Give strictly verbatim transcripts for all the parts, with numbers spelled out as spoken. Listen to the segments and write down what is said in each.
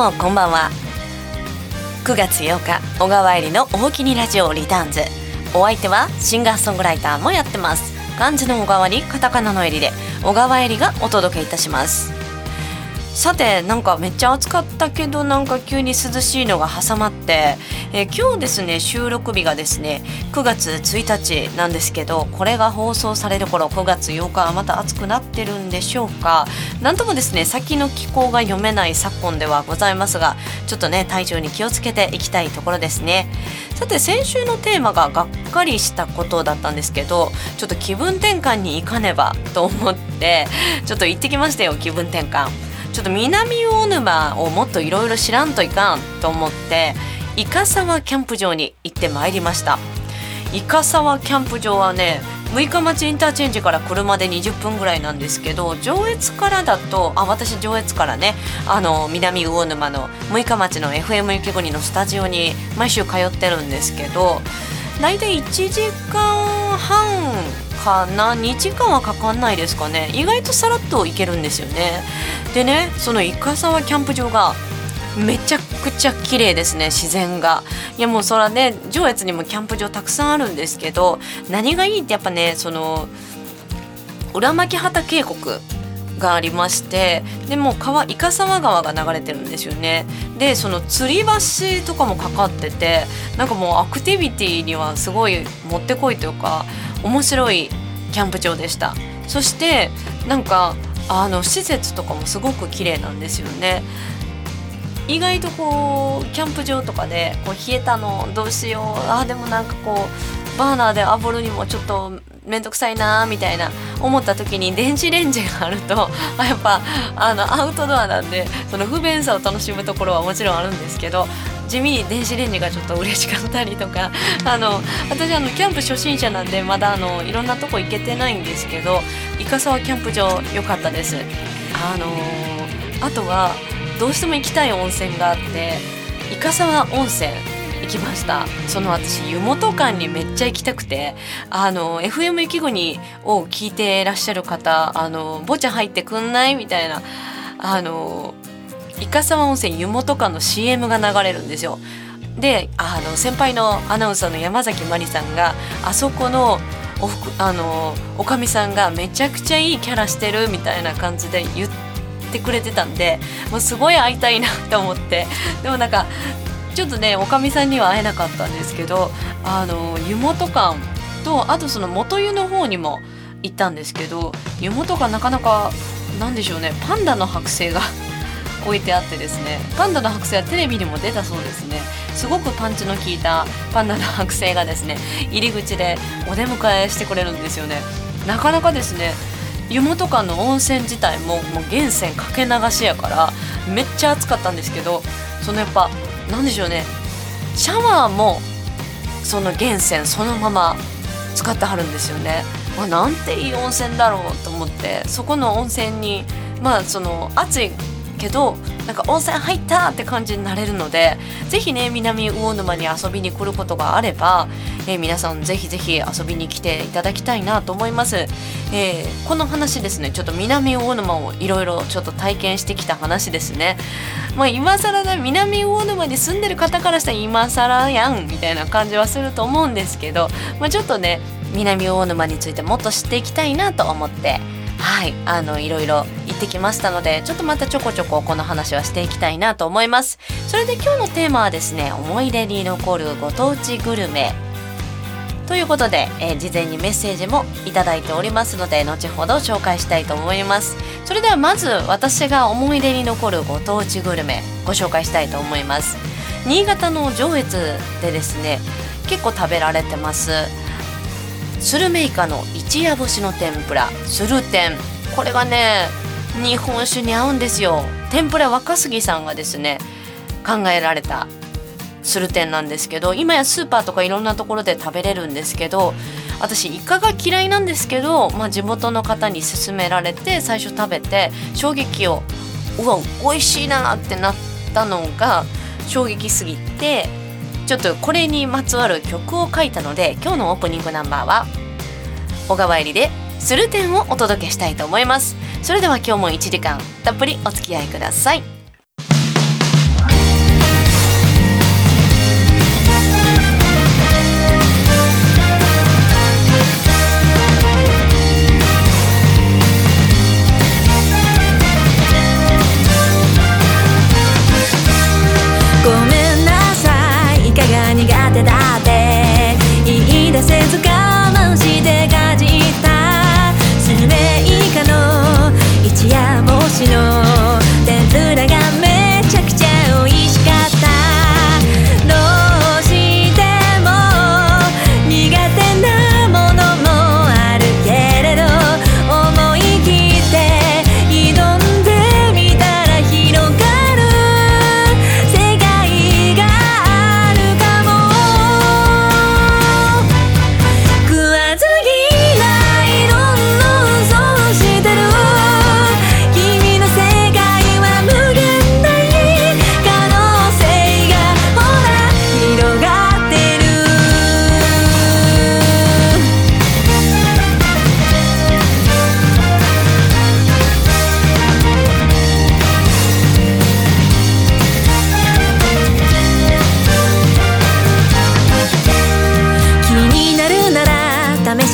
もこんばんは。くがつようか、小川えりの大きにラジオリターンズ。お相手はシンガーソングライターもやってます。漢字の小川にカタカナのえりで小川えりがお届けいたします。さて、なんかめっちゃ暑かったけど、なんか急に涼しいのが挟まって、えー、今日ですね、収録日がですねくがつついたちなんですけど、これが放送される頃くがつようかはまた暑くなってるんでしょうか。なんともですね、先の気候が読めない昨今ではございますが、ちょっとね体調に気をつけていきたいところですね。さて、先週のテーマががっかりしたことだったんですけど、ちょっと気分転換に行かねばと思ってちょっと行ってきましたよ。気分転換、ちょっと南魚沼をもっといろいろ知らんといかんと思って伊香沢キャンプ場に行ってまいりました。伊香沢キャンプ場はね、六日町インターチェンジから車でにじゅっぷんぐらいなんですけど、上越からだとあ私上越からね、あの南魚沼の六日町の エフエム 雪国のスタジオに毎週通ってるんですけど、だいたいいちじかんはんかな、にじかんはかかんないですかね。意外とさらっと行けるんですよね。でね、その伊香沢キャンプ場がめちゃくちゃ綺麗ですね。自然が、いやもうそらね、上越にもキャンプ場たくさんあるんですけど、何がいいってやっぱね、その裏牧畑渓谷がありまして、でもう川伊香沢川が流れてるんですよね。でその吊り橋とかもかかってて、なんかもうアクティビティにはすごいもってこいというか面白いキャンプ場でした。そしてなんかあの施設とかもすごく綺麗なんですよね。意外とこうキャンプ場とかでこう冷えたのどうしよう、あでもなんかこうバーナーで炙るにもちょっとめんどくさいなみたいな思った時に電子レンジがあるとあやっぱあのアウトドアなんで、その不便さを楽しむところはもちろんあるんですけど、地味に電子レンジがちょっと嬉しかったりとか、あの私あのキャンプ初心者なんでまだあのいろんなとこ行けてないんですけど、伊香沢キャンプ場良かったです。あのー、あとはどうしても行きたい温泉があって、伊香沢温泉行きました。その私湯本館にめっちゃ行きたくて、あの エフエム 雪国を聞いてらっしゃる方、あのぼちゃ入ってくんないみたいな、あの伊香沢温泉湯本館の シーエム が流れるんですよ。であの先輩のアナウンサーの山崎まりさんがあそこのおふくあのおかみさんがめちゃくちゃいいキャラしてるみたいな感じで言ってくれてたんで、もうすごい会いたいなと思って、でもなんかちょっとねおかみさんには会えなかったんですけど、あの湯本館とあとその元湯の方にも行ったんですけど、湯本館なかなかなんでしょうね、パンダの剥製が置いてあってですね、パンダの剥製はテレビにも出たそうですね。すごくパンチの効いたパンダの剥製がですね、入り口でお出迎えしてくれるんですよね。なかなかですね、湯本館の温泉自体ももう源泉かけ流しやからめっちゃ暑かったんですけど、そのやっぱなんでしょうね、シャワーもその源泉そのまま使ってはるんですよね。まあ、なんていい温泉だろうと思って、そこの温泉にまあその暑いけどなんか温泉入ったって感じになれるので、ぜひね南魚沼に遊びに来ることがあれば、えー、皆さんぜひぜひ遊びに来ていただきたいなと思います。えー、この話ですね、ちょっと南魚沼をいろいろちょっと体験してきた話ですね。まあ今更ね、南魚沼に住んでる方からしたら今更やんみたいな感じはすると思うんですけど、まあ、ちょっとね南魚沼についてもっと知っていきたいなと思って、はいあのいろいろ行ってきましたので、ちょっとまたちょこちょここの話はしていきたいなと思います。それで今日のテーマはですね、思い出に残るご当地グルメということで、えー、事前にメッセージもいただいておりますので、後ほど紹介したいと思います。それではまず私が思い出に残るご当地グルメご紹介したいと思います。新潟の上越でですね、結構食べられてますスルメイカの一夜干しの天ぷら、スル天。これがね日本酒に合うんですよ。天ぷら若杉さんがですね考えられたスル天なんですけど、今やスーパーとかいろんなところで食べれるんですけど、私イカが嫌いなんですけど、まあ、地元の方に勧められて最初食べて衝撃をうわ美味しいなってなったのが衝撃すぎて、ちょっとこれにまつわる曲を書いたので、今日のオープニングナンバーは小川えりでスルテンをお届けしたいと思います。それでは今日もいちじかんたっぷりお付き合いください。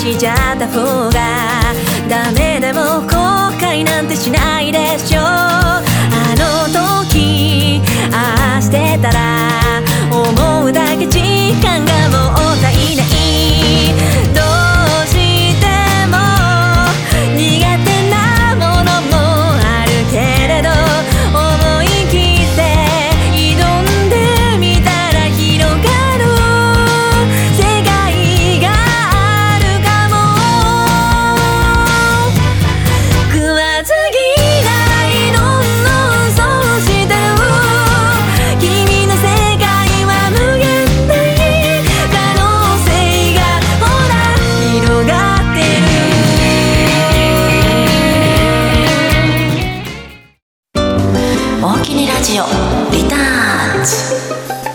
しちゃった方がダメでも後悔なんてしないでしょ。あの時ああしてたら思うだけ時間がもったいない。どうしても苦手なものもあるけれど思い切って挑んでみたら広がる世界があるかも。食わず嫌いどんどんそうしてる君の世界は無限大可能性がほら広がってる。大きにラジオリターンズ。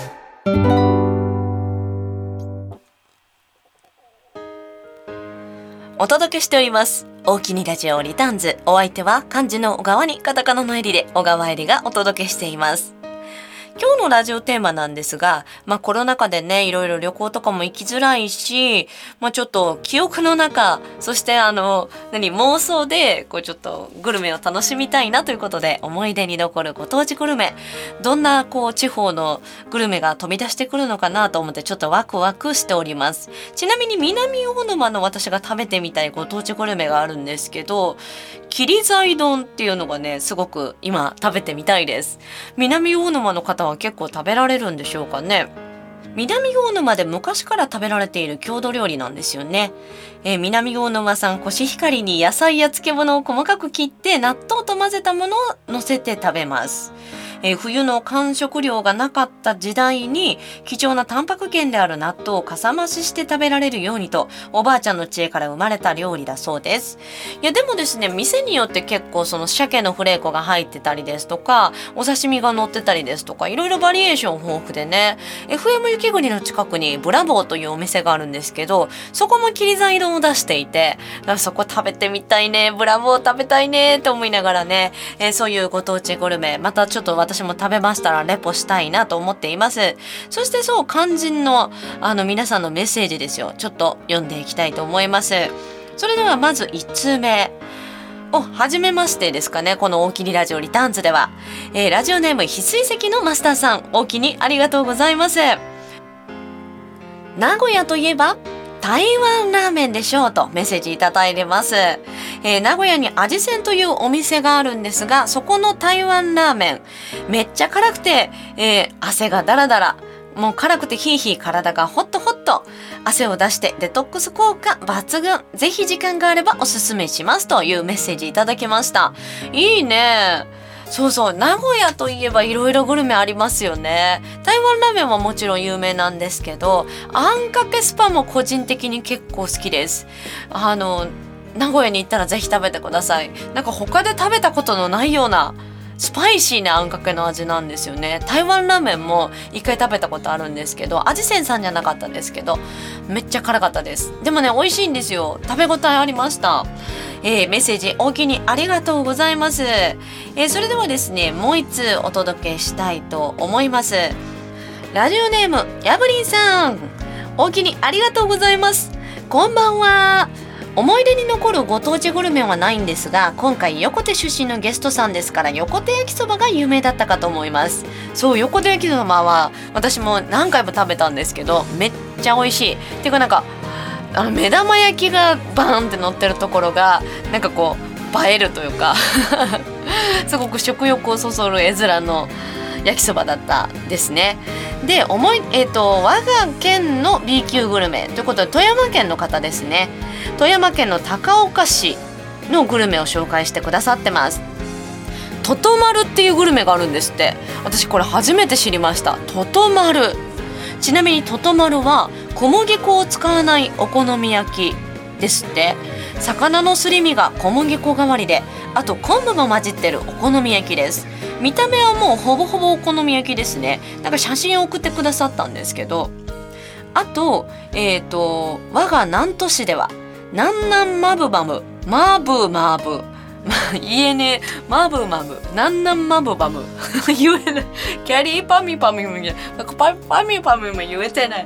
お届けしております大きにラジオリターンズ。お相手は漢字の小川にカタカナのエリで小川エリがお届けしています。今日のラジオテーマなんですが、まあコロナ禍でねいろいろ旅行とかも行きづらいし、まあちょっと記憶の中、そしてあの何妄想でこうちょっとグルメを楽しみたいなということで、思い出に残るご当地グルメ、どんなこう地方のグルメが飛び出してくるのかなと思ってちょっとワクワクしております。ちなみに南魚沼の私が食べてみたいご当地グルメがあるんですけど、切り材丼っていうのがねすごく今食べてみたいです。南魚沼の方は結構食べられるんでしょうかね。南魚沼で昔から食べられている郷土料理なんですよね。えー、南魚沼産コシヒカリに野菜や漬物を細かく切って納豆と混ぜたものを乗せて食べます。えー、冬の間食料がなかった時代に貴重なタンパク源である納豆をかさ増しして食べられるようにとおばあちゃんの知恵から生まれた料理だそうです。いやでもですね、店によって結構その鮭のフレークが入ってたりですとか、お刺身が乗ってたりですとか、いろいろバリエーション豊富でね、 エフエム 雪国の近くにブラボーというお店があるんですけど、そこも切り材丼を出していて、だからそこ食べてみたいね、ブラボー食べたいねって思いながらね、えー、そういうご当地グルメまたちょっと私も食べましたらレポしたいなと思っています。そしてそう肝心のあの皆さんのメッセージですよ、ちょっと読んでいきたいと思います。それではまずいち通目、お、はじめましてですかね。この大きにラジオリターンズでは、えー、ラジオネーム翡翠石のマスターさん、大きにありがとうございます。名古屋といえば台湾ラーメンでしょうとメッセージいただいてます。えー、名古屋に味仙というお店があるんですが、そこの台湾ラーメンめっちゃ辛くて、えー、汗がダラダラ、もう辛くてヒーヒー体がホットホット、汗を出してデトックス効果抜群、ぜひ時間があればおすすめしますというメッセージいただきました。いいね。そうそう、名古屋といえばいろいろグルメありますよね。台湾ラーメンはもちろん有名なんですけど、あんかけスパも個人的に結構好きです。あの名古屋に行ったらぜひ食べてください。なんか他で食べたことのないようなスパイシーなあんかけの味なんですよね。台湾ラーメンも一回食べたことあるんですけど、味仙さんじゃなかったんですけど、めっちゃ辛かったです。でもね、美味しいんですよ。食べ応えありました。えー、メッセージ大きにありがとうございます。えー、それではですね、もう一通お届けしたいと思います。ラジオネームやぶりんさん、大きにありがとうございます。こんばんは。思い出に残るご当地グルメはないんですが、今回横手出身のゲストさんですから、横手焼きそばが有名だったかと思います。そう、横手焼きそばは私も何回も食べたんですけど、めっちゃ美味しい。ていうかなんかあの目玉焼きがバーンって乗ってるところがなんかこう映えるというかすごく食欲をそそる絵面の焼きそばだったですね。で、思い、えーと、我が県の B 級グルメということで富山県の方ですね。富山県の高岡市のグルメを紹介してくださってます。ととまるっていうグルメがあるんですって。私これ初めて知りました。ととまる。ちなみにととまるは小麦粉を使わないお好み焼きですって。魚のすり身が小麦粉代わりで、あと昆布も混じってるお好み焼きです。見た目はもうほぼほぼお好み焼きですね。なんか写真を送ってくださったんですけど、あとえっと我が南砺市では南南マブマムマブマブ言えねえマブマム南南マブマム言えない。キャリーパミパミもパパミパミも言えてない。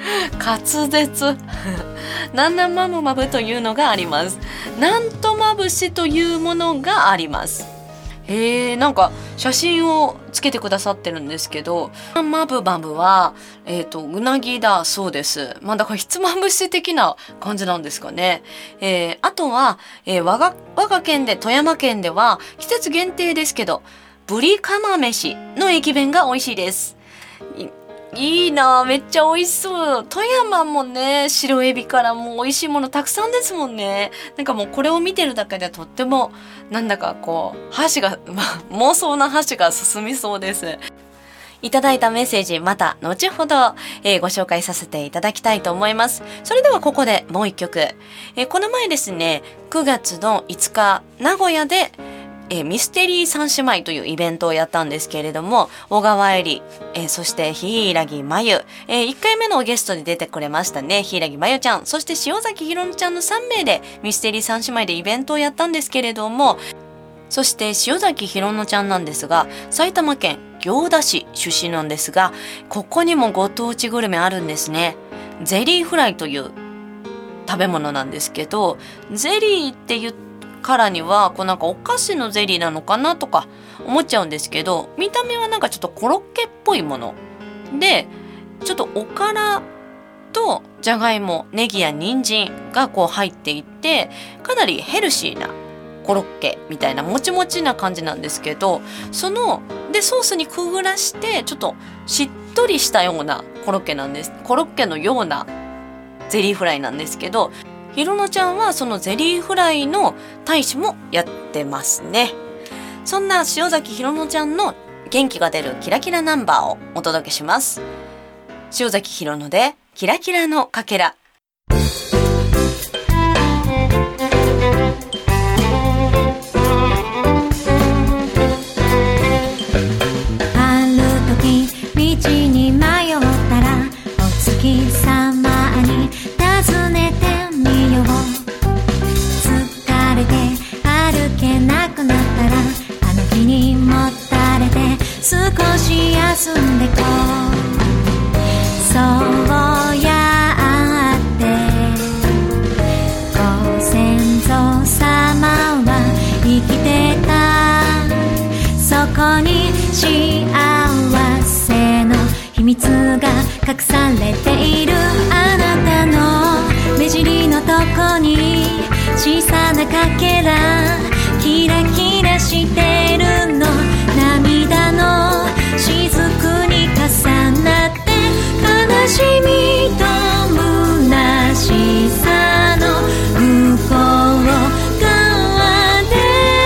滑舌なんなんまぶまぶというのがあります。なんとまぶしというものがあります。へえ、なんか写真をつけてくださってるんですけど、まぶまぶは、えっと、うなぎだそうです。まあだからひつまぶし的な感じなんですかね。えー、あとは、えー、我が、我が県で、富山県では季節限定ですけど、ぶり釜飯の駅弁が美味しいです。いいいな、めっちゃ美味しそう。富山もね、白エビからもう美味しいものたくさんですもんね。なんかもうこれを見てるだけでとってもなんだかこう箸が、まあ、妄想な箸が進みそうです。いただいたメッセージまた後ほど、えー、ご紹介させていただきたいと思います。それではここでもう一曲、えー、この前ですねくがつのいつか名古屋でえー、ミステリー三姉妹というイベントをやったんですけれども、小川えり、えー、そして柊真由、えー、いっかいめのゲストで出てくれましたね、柊真由ちゃん、そして塩崎ひろのちゃんのさんめいでミステリー三姉妹でイベントをやったんですけれども、そして塩崎ひろのちゃんなんですが、埼玉県行田市出身なんですが、ここにもご当地グルメあるんですね。ゼリーフライという食べ物なんですけど、ゼリーって言ってからにはこうなんかお菓子のゼリーなのかなとか思っちゃうんですけど、見た目はなんかちょっとコロッケっぽいもので、ちょっとおからとじゃがいも、ネギや人参がこう入っていて、かなりヘルシーなコロッケみたいなもちもちな感じなんですけど、そのでソースにくぐらしてちょっとしっとりしたようなコロッケなんです。コロッケのようなゼリーフライなんですけど、ひろのちゃんはそのゼリーフライの大使もやってますね。そんな塩崎ひろのちゃんの元気が出るキラキラナンバーをお届けします。塩崎ひろのでキラキラのかけら。 ある時道に迷ったらお月様に尋ねてみよう。疲れて歩けなくなったらあの日にもたれて少し休んでこう。そうやってご先祖様は生きてた。そこに幸せの秘密が隠されている。あなたの目尻のとこに小さなかけらキラキラしてるの。涙の雫に重なって悲しみと虚しさの向こう側で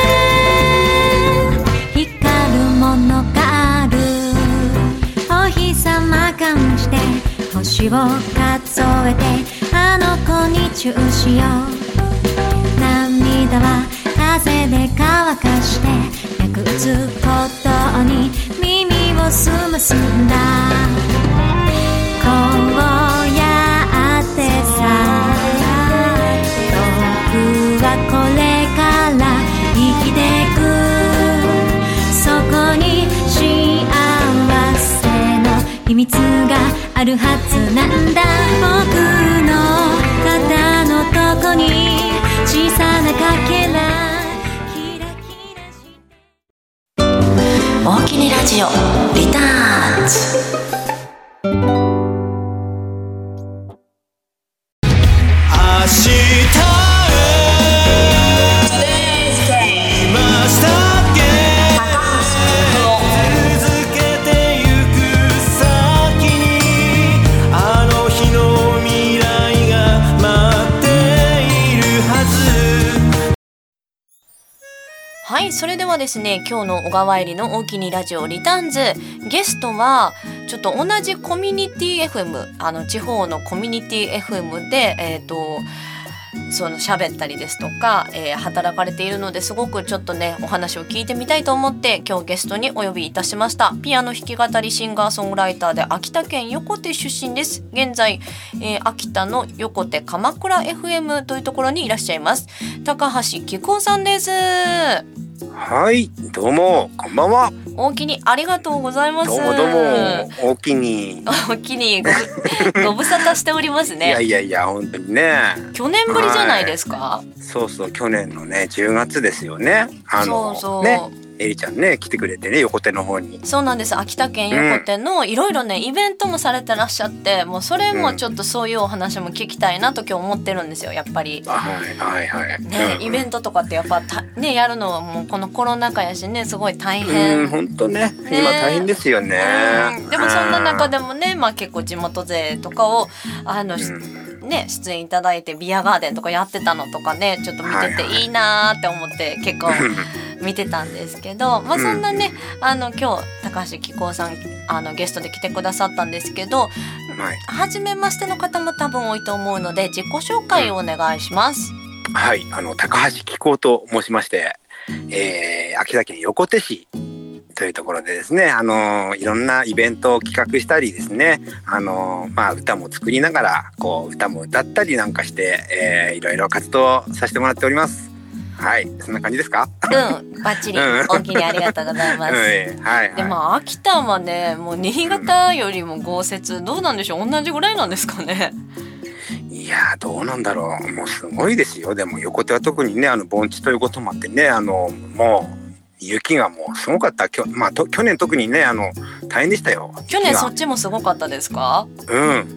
光るものがある。お日様感じて星を数えてあの子にチューしよう。涙は風で乾かして役打つことに耳を澄ますんだ。こうやってさ僕はこれから生きてく。そこに幸せの秘密があるはずなんだ。僕の肩のとこに小さなかけらキラキラして大きにラジオリターンズ。はい、それではですね、今日の小川えりの大きにラジオリターンズ、ゲストはちょっと同じコミュニティ エフエム、 あの地方のコミュニティ エフエム でえっとその喋ったりですとか、えー、働かれているので、すごくちょっとねお話を聞いてみたいと思って今日ゲストにお呼びいたしました。ピアノ弾き語りシンガーソングライターで秋田県横手出身です。現在、えー、秋田の横手鎌倉 エフエム というところにいらっしゃいます高橋紀子さんです。 はい、どうもこんばんは。 おおきにありがとうございます。 どうもどうも、おおきにおおきにごぶご無沙汰しておりますね。 いやいやいや、本当にね。 去年ぶりじゃないですか。 そうそう、去年のねじゅうがつですよね。あのそうそう、 ね、エリちゃんね来てくれてね、横手の方に。 そうなんです。秋田県横手のいろいろねイベントもされてらっしゃって、もうそれもちょっとそういうお話も聞きたいなと今日思ってるんですよ、やっぱり。 はいはいはい。 ね、 うん、 イベントとかってやっぱたねやるのはもうこのコロナ禍やしね、すごい大変。 うん、本当ね、ね、今大変ですよね。 うん、でもそんな中でもね、まあ結構地元勢とかをあの、うん、ね出演いただいてビアガーデンとかやってたのとかね、ちょっと見てていいなーって思って結構見てたんですけど、まあそんなね、あの今日高橋紀行さんあのゲストで来てくださったんですけど、はい、初めましての方も多分多いと思うので自己紹介をお願いします。 うん、はい、あの高橋紀行と申しまして、えー、秋田県横手市というところでですね、あのいろんなイベントを企画したりですね、あのまあ歌も作りながらこう歌も歌ったりなんかして、えー、いろいろ活動させてもらっております。はい、そんな感じですか？ うん、バッチリ、おおきにありがとうございます。うん、はいはい、でも秋田はね、もう新潟よりも豪雪、どうなんでしょう、同じぐらいなんですかね。 いやどうなんだろう、もうすごいですよ。でも横手は特にね、あの盆地ということもあってね、あのもう雪がもうすごかった。きょ、まあ、と去年特にね、あの大変でしたよ。 去年そっちもすごかったですか？ うん、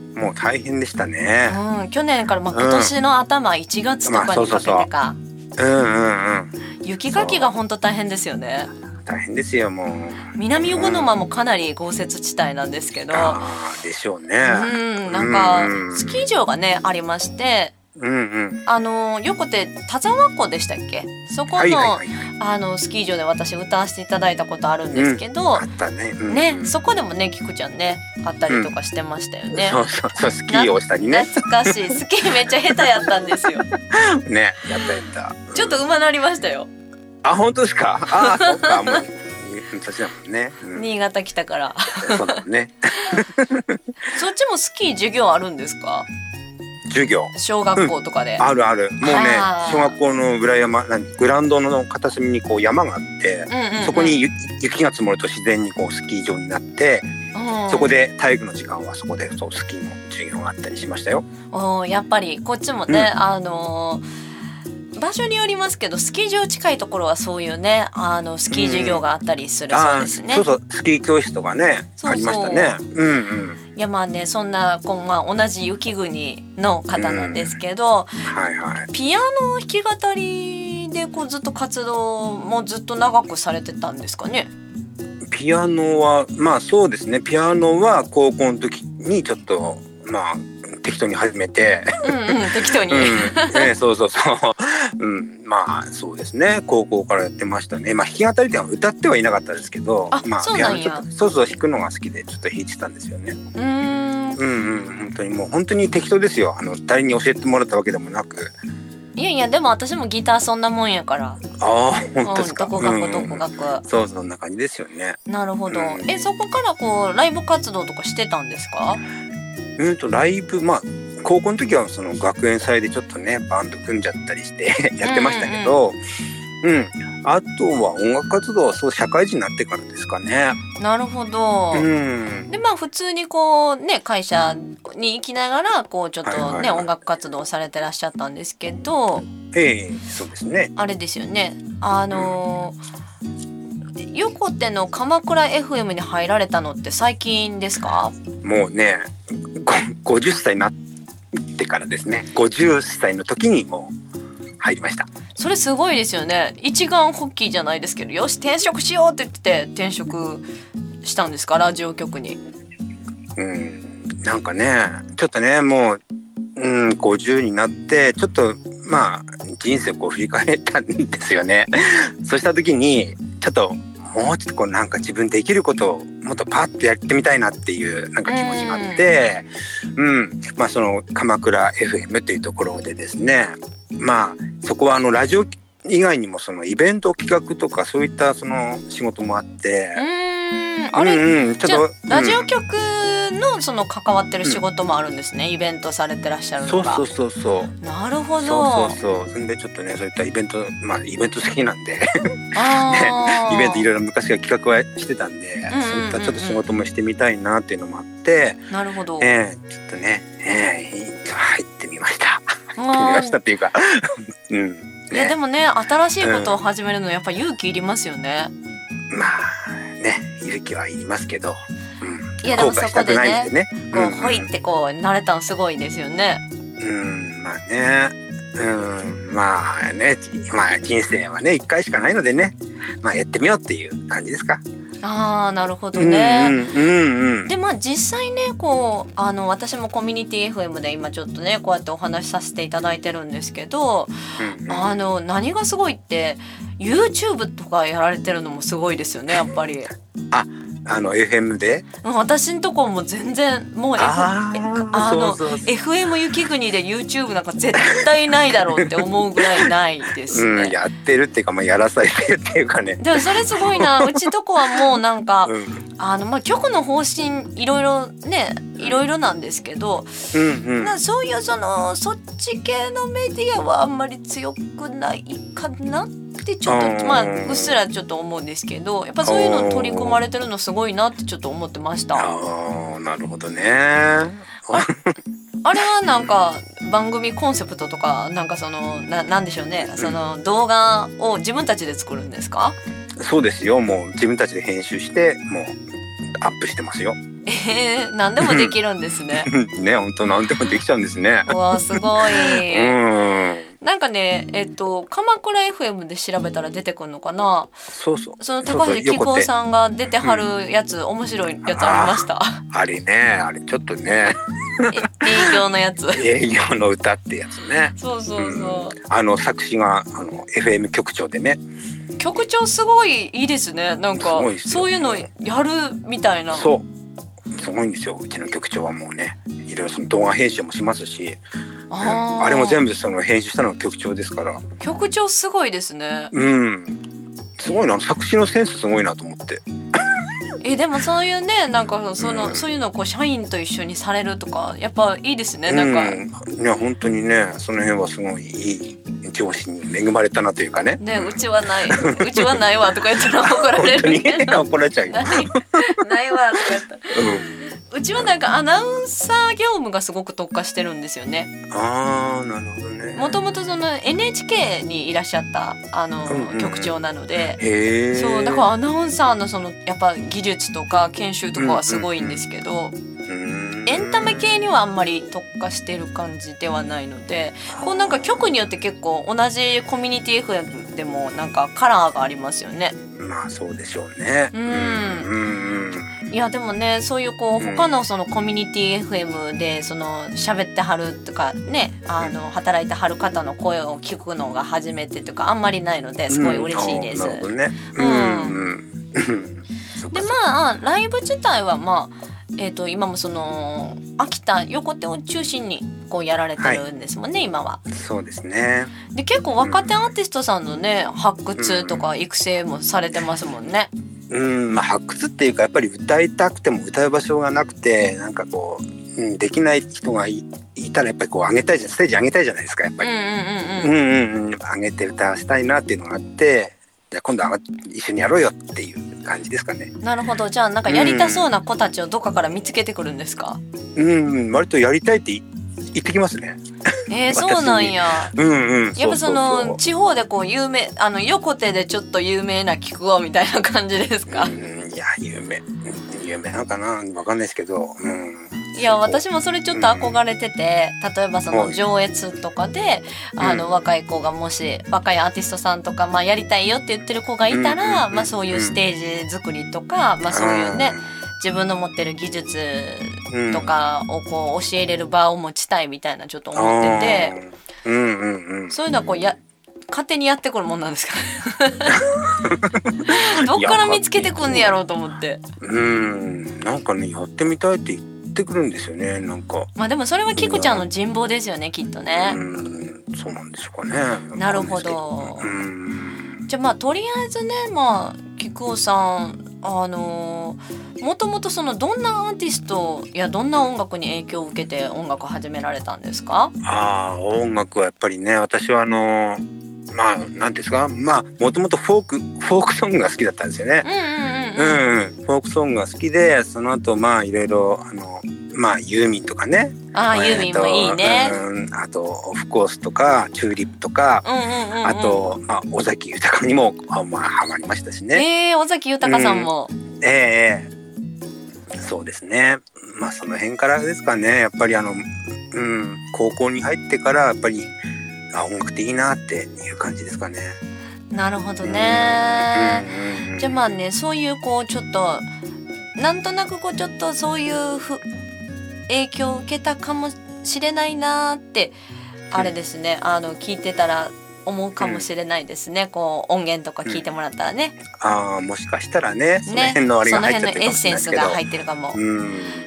もう大変でしたね。 うん、去年から、まあ、今年の頭、うん、いちがつとかにかけてか、まあ、そうそうそう、うんうんうん、雪かきが本当大変ですよね。 大変ですよ、もう。 南魚沼もかなり豪雪地帯なんですけど、 あでしょうね。 うん、なんかスキー場がねありまして、うんうん、あの横手田沢湖でしたっけ、そこの、はいはいはいはい、あのスキー場で私歌わせていただいたことあるんですけど、うん、 あったね、うんうん、 ね、そこでもねキクちゃんねあったりとかしてましたよね。 うん、そうそうそう、スキーをしたりね。 懐かしい、スキーめっちゃ下手やったんですよ。 ね、やったやった、うん、 ちょっと上手なりましたよ。 あ、本当ですか？あ、そうか、もう年だもんね、 うん、新潟来たからそうだね。 そっちもスキー授業あるんですか？ 授業、 小学校とかで、 うん、あるある、もうね、小学校の裏山、グラウンドの片隅にこう山があって、うんうんうん、そこに雪が積もると自然にこうスキー場になって、うん、そこで体育の時間はそこでそうスキーの授業があったりしましたよ。 お、やっぱりこっちもね、うん、あのー場所によりますけど、スキー場近いところはそういうね、あのスキー授業があったりするそうですね。 うん、そうそう、スキー教室とかね、そうそうありましたね。うんうん。 いやまあね、そんなこう、まあ、同じ雪国の方なんですけど、うん、はいはい、ピアノ弾き語りでこうずっと活動もずっと長くされてたんですかね。 ピアノはまあそうですね、ピアノは高校の時にちょっとまあ適当に始めて、 うんうん、適当に、うんね、そうそうそう、うん、まあそうですね、高校からやってましたね。まあ弾き語りでは歌ってはいなかったですけど、 あ、 まあそうなんや。 ピアノちょっとそうそう弾くのが好きでちょっと弾いてたんですよね。うーん、 うんうん、本当にもう本当に適当ですよ。あの誰に教えてもらったわけでもなく。 いやいや、でも私もギターそんなもんやから。 ああ、本当ですか。 うん、どこ学どこ学、 うん、そうそんな感じですよね。 なるほど、 うん、 えそこからこうライブ活動とかしてたんですか？ うんとライブ、まあ高校の時はその学園祭でちょっとねバンド組んじゃったりしてやってましたけど、うん、うんうん、あとは音楽活動はそう社会人になってからですかね。 なるほど、うん、でまあ普通にこうね会社に行きながらこうちょっとね、はいはいはい、音楽活動をされてらっしゃったんですけど、 ええー、そうですね、 あれですよね、あのーうん、横手の鎌倉 エフエム に入られたのって最近ですか？ もうねごじゅっさいになってからですね。ごじゅっさいの時にもう入りました。 それすごいですよね。一眼発起じゃないですけど、よし転職しようって言って転職したんですか、ラジオ局に。 うん、なんかねちょっとねもう、うん、ごじゅうになってちょっとまあ人生をこう振り返ったんですよね。そうした時にちょっともうちょっとこうなんか自分できることをもっとパッとやってみたいなっていうなんか気持ちがあって、うん、うん、まあその鎌倉 エフエム というところでですね、まあそこはあのラジオ以外にもそのイベント企画とかそういったその仕事もあって、 うーん、あれ、うんうん、ちょっとラジオ局分のその関わってる仕事もあるんですね、うん、イベントされてらっしゃるのが。 そうそうそうそうなるほど。 そうそうそうそんでちょっとねそういったイベントまあイベント好きなんであ、 ね、イベントいろいろ昔から企画はしてたんで、うんうんうんうん、そういったちょっと仕事もしてみたいなっていうのもあって、 なるほど、 えー、ちょっとね、えー、入ってみました入ってみましたっていうかうんね、 いやでもね新しいことを始めるのやっぱ勇気いりますよね、 うん、まあね勇気はいりますけど、 うん、いやでもそこで ね, でねこう、 うんうん、 ほいってこう慣れたのすごいですよね。 うんまあねうんまあねまあ人生はね一回しかないのでねまあやってみようっていう感じですか。 あーなるほどね、 うんうんうんうん、 でまあ実際ねこうあの私もコミュニティ エフエム で今ちょっとねこうやってお話しさせていただいてるんですけど、うんうん、あの何がすごいって YouTube とかやられてるのもすごいですよねやっぱり。 ああの エフエム で私んとこも全然もう、F、あ, あのそうそうそう エフエム 雪国で YouTube なんか絶対ないだろうって思うぐらいないですね、 うん、やってるっていうか、まあ、やらされてるっていうかね。 でもそれすごいなうちとこはもうなんか、 うん、 あのまあ局の方針いろいろねいろいろなんですけど、 うんうん、 なそういうそのそっち系のメディアはあんまり強くないかなってちょっとまあうっすらちょっと思うんですけどやっぱそういうの取り組まれてるのすごいなってちょっと思ってました。 あなるほどねあ, あれはなんか番組コンセプトとかなんかその な, なんでしょうねその動画を自分たちで作るんですか？ そうですよもう自分たちで編集してもうアップしてますよ。 えー、何でもできるんですねね本当何でもできちゃうんですね。 うわすごいうんなんかねえっと鎌倉 エフエム で調べたら出てくるのかな。 そうそうその高橋紀子さんが出てはるやつ、うん、面白いやつありました？ あ, あれねあれちょっとね営業のやつ営業の歌ってやつね。 そうそうそう、 うん、あの作詞があの エフエム 局長でね局長すごいいいですねなんかそういうのやるみたいな。 そうすごいんですようちの局長はもうねいろいろその動画編集もしますし あ, あれも全部その編集したのが局長ですから局長すごいですね。 うんすごいな作詞のセンスすごいなと思ってえでもそういうねなんかその、うん、そういうのをこう社員と一緒にされるとかやっぱいいですねなんか、 うん、いや本当にねその辺はすごいいい上司に恵まれたなというかね。 ねうちはないうちはないわとか言ったら怒られる本当に怒られちゃうよないないわとか言ったら、うん、うちはなんかアナウンサー業務がすごく特化してるんですよね。 あーなるほどね。 もともとその エヌエイチケー にいらっしゃったあの、うんうん、局長なのでへそうだからアナウンサーのそのやっぱ技術とか研修とかはすごいんですけど、うんうんうん、エンタメ系にはあんまり特化してる感じではないのでこうなんか局によって結構同じコミュニティ エフエム でもなんかカラーがありますよね。 まあそうでしょうね。 うん、うんうん、いやでもねそういうこう他のそのコミュニティ エフエム でその喋ってはるとかねあの働いてはる方の声を聞くのが初めてとかあんまりないのですごい嬉しいです。 うん、なるほどね。 うんうん、でまあライブ自体はまあえー、と今もその秋田横手を中心にこうやられてるんですもんね、はい、今は。 そうですね。 で結構若手アーティストさんのね、うん、発掘とか育成もされてますもんね。 うん、まあ、発掘っていうかやっぱり歌いたくても歌う場所がなくてなんかこう、うん、できない人が い, いたらやっぱりこう上げたいじゃんステージ上げたいじゃないですかやっぱり。うんうんうんうん、上げて歌わしたいなっていうのがあってじゃあ今度は一緒にやろうよっていう感じですかね。 なるほど。じゃあなんかやりたそうな子たちをどっかから見つけてくるんですか？ うん、うん、割とやりたいって言ってきますね。 えー、そうなんや。 うんうん。 やっぱその地方でこう有名あの横手でちょっと有名な聞くわみたいな感じですか？ うん、いや有名有名なのかなわかんないですけど。うん。 いや私もそれちょっと憧れてて、うん、例えばその上越とかで、うん、あの若い子がもし若いアーティストさんとか、まあ、やりたいよって言ってる子がいたら、まあ、そういうステージ作りとか、まあ、そういうね自分の持ってる技術とかをこう教えれる場を持ちたいみたいなちょっと思ってて、 うんうんうん、 そういうのはこうや勝手にやってくるもんなんですかどっから見つけてくんねやろうと思って。 うんなんかねやってみたいって言ってってくるんですよねなんか。 まあでもそれはキクちゃんの人望ですよねきっとね。 うんそうなんでしょうかね。 なるほど。うんじゃあまあとりあえずねまあキクオさんあのーもともとそのどんなアーティストやどんな音楽に影響を受けて音楽を始められたんですか？ ああ、音楽はやっぱりね、私はあのまあなんですか、まあもともとフォークフォークソングが好きだったんですよね。 うんうんうんうん、うん、フォークソングが好きで、その後まあいろいろあのまあユーミンとかね。 ああ、ユーミンもいいね。 うん、あとオフコースとかチューリップとか、 うんうんうんうん、 あと、まあ、尾崎豊にもあ、まあ、ハマりましたしね。 えー、尾崎豊さんも。 うん、ええー、そうですね。まあその辺からですかね。やっぱりあの、うん、高校に入ってからやっぱりあ音楽っていいなっていう感じですかね。 なるほどね。 うんうんうん、 じゃあまあね、そういうこうちょっとなんとなくこうちょっとそういうふ影響を受けたかもしれないなって、あれですね、あの聞いてたら思うかもしれないですね、うん、こう音源とか聞いてもらったらね、 うん、ああ、もしかしたらね、その辺のあれが入っちゃってるかもしれないですけど、 その辺のエッセンスが入ってるかも、 うん、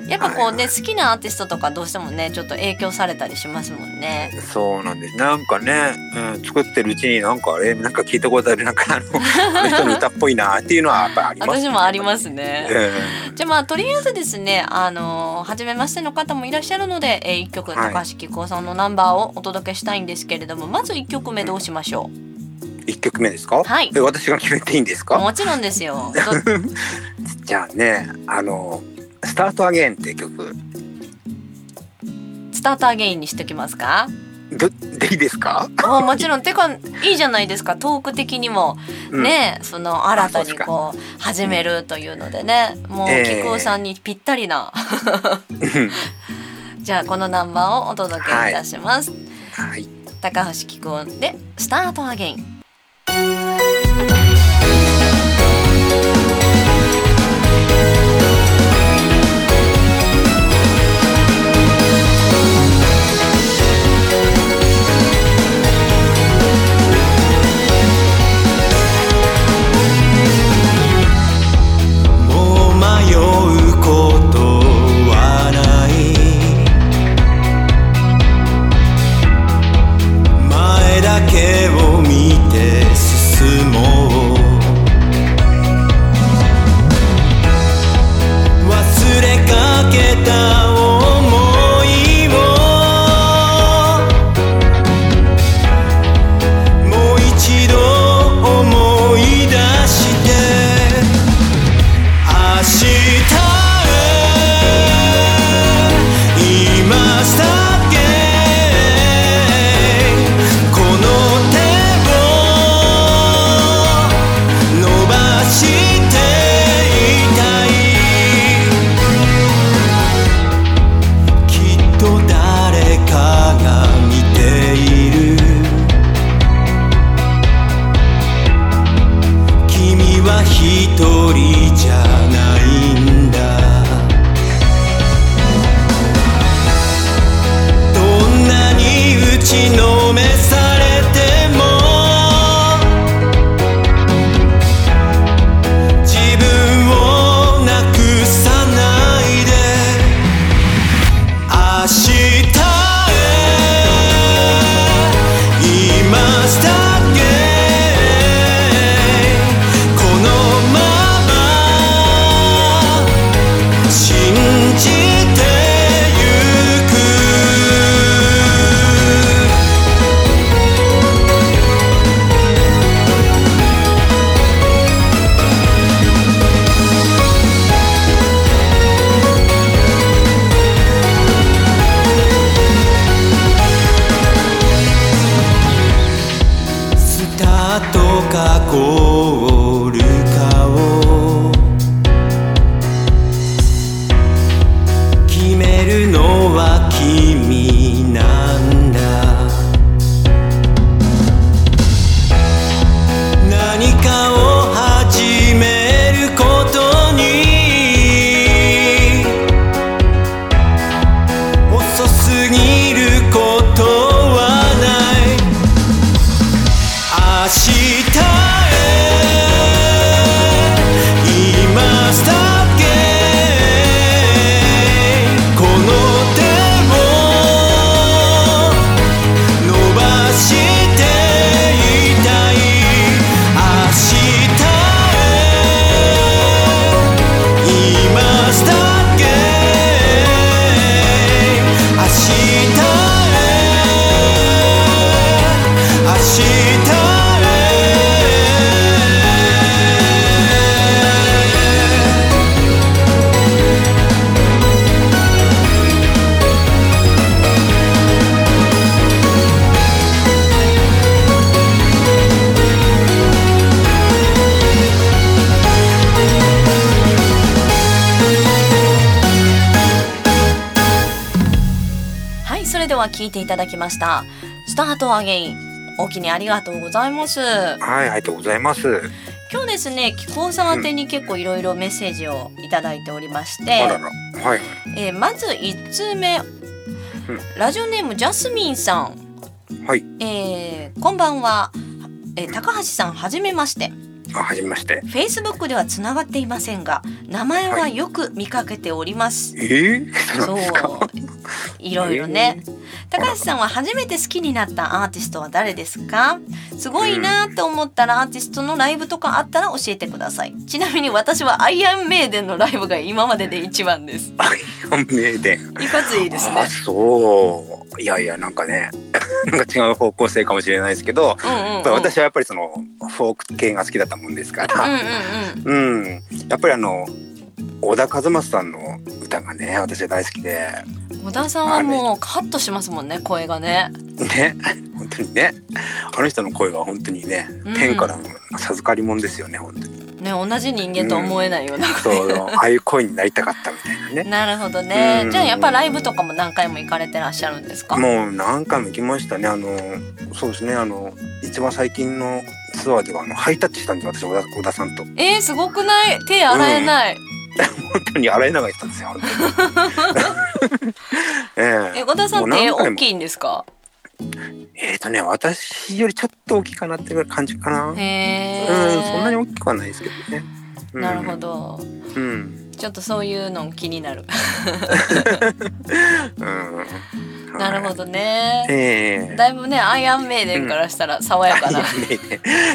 やっぱこうね、 はい、 好きなアーティストとかどうしてもねちょっと影響されたりしますもんね。 そうなんです。なんかね、うん、作ってるうちになんかあれなんか聞いたことある、なんかあのあの人の歌っぽいなっていうのはやっぱありますね。 私もありますね、 うん、 じゃあまあとりあえずですね、あの初めましての方もいらっしゃるので、えー、いっきょく高橋貴子さんのナンバーをお届けしたいんですけれども、まずいっきょくめどうしましょう？ いっきょくめですか？ はい。 え、私が決めていいんですか？ もちろんですよ。 じゃあね、あのスタートアゲインっていう曲。 スタートアゲインにしておきますか？ どでいいですか？ も, もちろん。てかいいじゃないですか、トーク的にも、うん、ね、その新たにこう始めるというのでね、もう貴子さんにぴったりな、えー、じゃあこのナンバーをお届けいたします、 はいはい、 高橋貴子でスタートアゲイン。 前だけを見ては聞いていただきましたスタートアゲイン、お気にありがとうございます。 はい、ありがとうございます。 今日ですね、紀行さん宛てに結構いろいろメッセージをいただいておりまして、 あらら、はい、 えー、まずいちつうめ、うん、ラジオネームジャスミンさん、 はい、 えー、こんばんは、えー、高橋さんはじめまして。 あ、はじめまして。 Facebook ではつながっていませんが名前はよく見かけております、 はい、えー、 そういろいろね、えー、高橋さんは初めて好きになったアーティストは誰ですか？すごいなって思ったらアーティストのライブとかあったら教えてください。ちなみに私はアイアンメイデンのライブが今までで一番です。 アイアンメイデン、 いかついですね。 あ、そう、いやいや、なんかねなんか違う方向性かもしれないですけど、うんうんうん、私はやっぱりそのフォーク系が好きだったもんですから、うんうんうんうん、やっぱりあの小田和正さんの歌がね、私は大好きで。 小田さんはもうカットしますもんね、声がね。ね、 本当にね、あの人の声は本当にね、うん、天からの授かり物ですよね、本当に。ね、 同じ人間とは思えないような、うん、 そう、ああいう声になりたかったみたいなね。 なるほどね、うん、じゃあやっぱライブとかも何回も行かれてらっしゃるんですか？ もう何回も行きましたね。あのそうですね、あの一番最近のツアーではあのハイタッチしたんですよ、私、小田さんと。 えー、すごくない？手洗えない、うん本当に洗いながら言ったんですよ。 えー、え、小田さんって大きいんですか？ えーとね、私よりちょっと大きいかなっていう感じかな。へー、うん、そんなに大きくはないですけどね。うん、 なるほど。うん、ちょっとそういうの気になる。うん、なるほどね。えー、だいぶね、アイアンメイデンからしたら爽やかな、うん、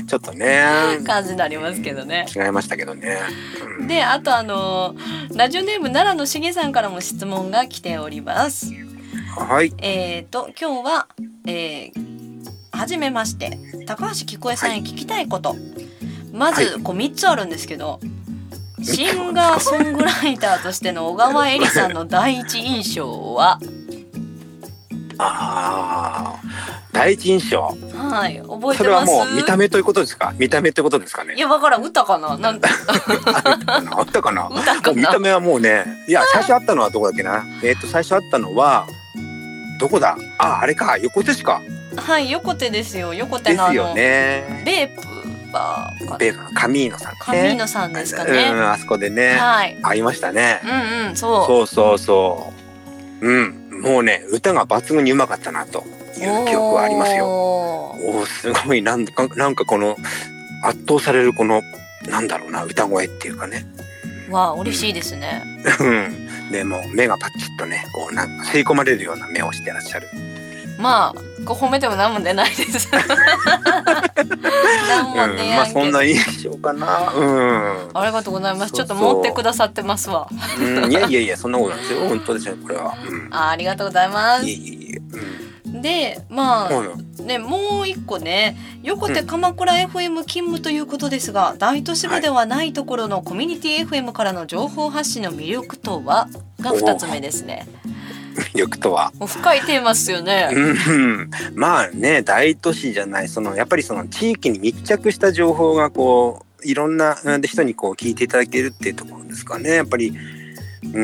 ちょっとね感じになりますけどね。 違いましたけどね。 うん、で、あとあのラジオネーム奈良のしげさんからも質問が来ております。 はい。 えーと今日は、えー、はじめまして、高橋紀子さんへ聞きたいこと、はい、まずこうみっつあるんですけど、シンガーソングライターとしての小川恵里さんの第一印象は？ ああ、第一印象。 はい、覚えてます？ それはもう見た目ということですか？見た目ってことですかね？ いや、わからん、歌かな、なんかあったかな。 歌かな。 見た目はもうね、いや、最初あったのはどこだっけな。えっと最初あったのはどこだ？あ、あれか、横手市か。 はい、横手ですよ。横手のあのですよね。 ベープ。 ベープのカミーノさん、ね、 カミーノさんですかね。 うん、あそこでね、はい、会いましたね。 うんうん、そう。 そうそうそう。うん、もうね、歌が抜群にうまかったなという記憶はありますよ。おお、すごい、なんかなんかこの圧倒されるこのなんだろうな、歌声っていうかね。 わあ、嬉しいですね。 うん。でも目がパッチッとね、こうなんか吸い込まれるような目をしてらっしゃる。 まあ、こう褒めても何も出ないです。何も出やんけど、うん、まあそんな印象かな。うん。 ありがとうございます。そうそう、ちょっと持ってくださってますわ。 うん、いやいやいや、そんなことないですよ。本当ですよ、これは。 うん、あ、ありがとうございます。 いえいえ。 うん、で、まあ、うん、ね、もう一個ね、横手鎌倉 エフエム 勤務ということですが、うん、大都市部ではないところのコミュニティ エフエム からの情報発信の魅力とはが二つ目ですね。 魅力とは深いテーマですよね。 うん、まあね、大都市じゃない、そのやっぱりその地域に密着した情報がこういろんな人にこう聞いていただけるっていうところですかね。やっぱり、うん、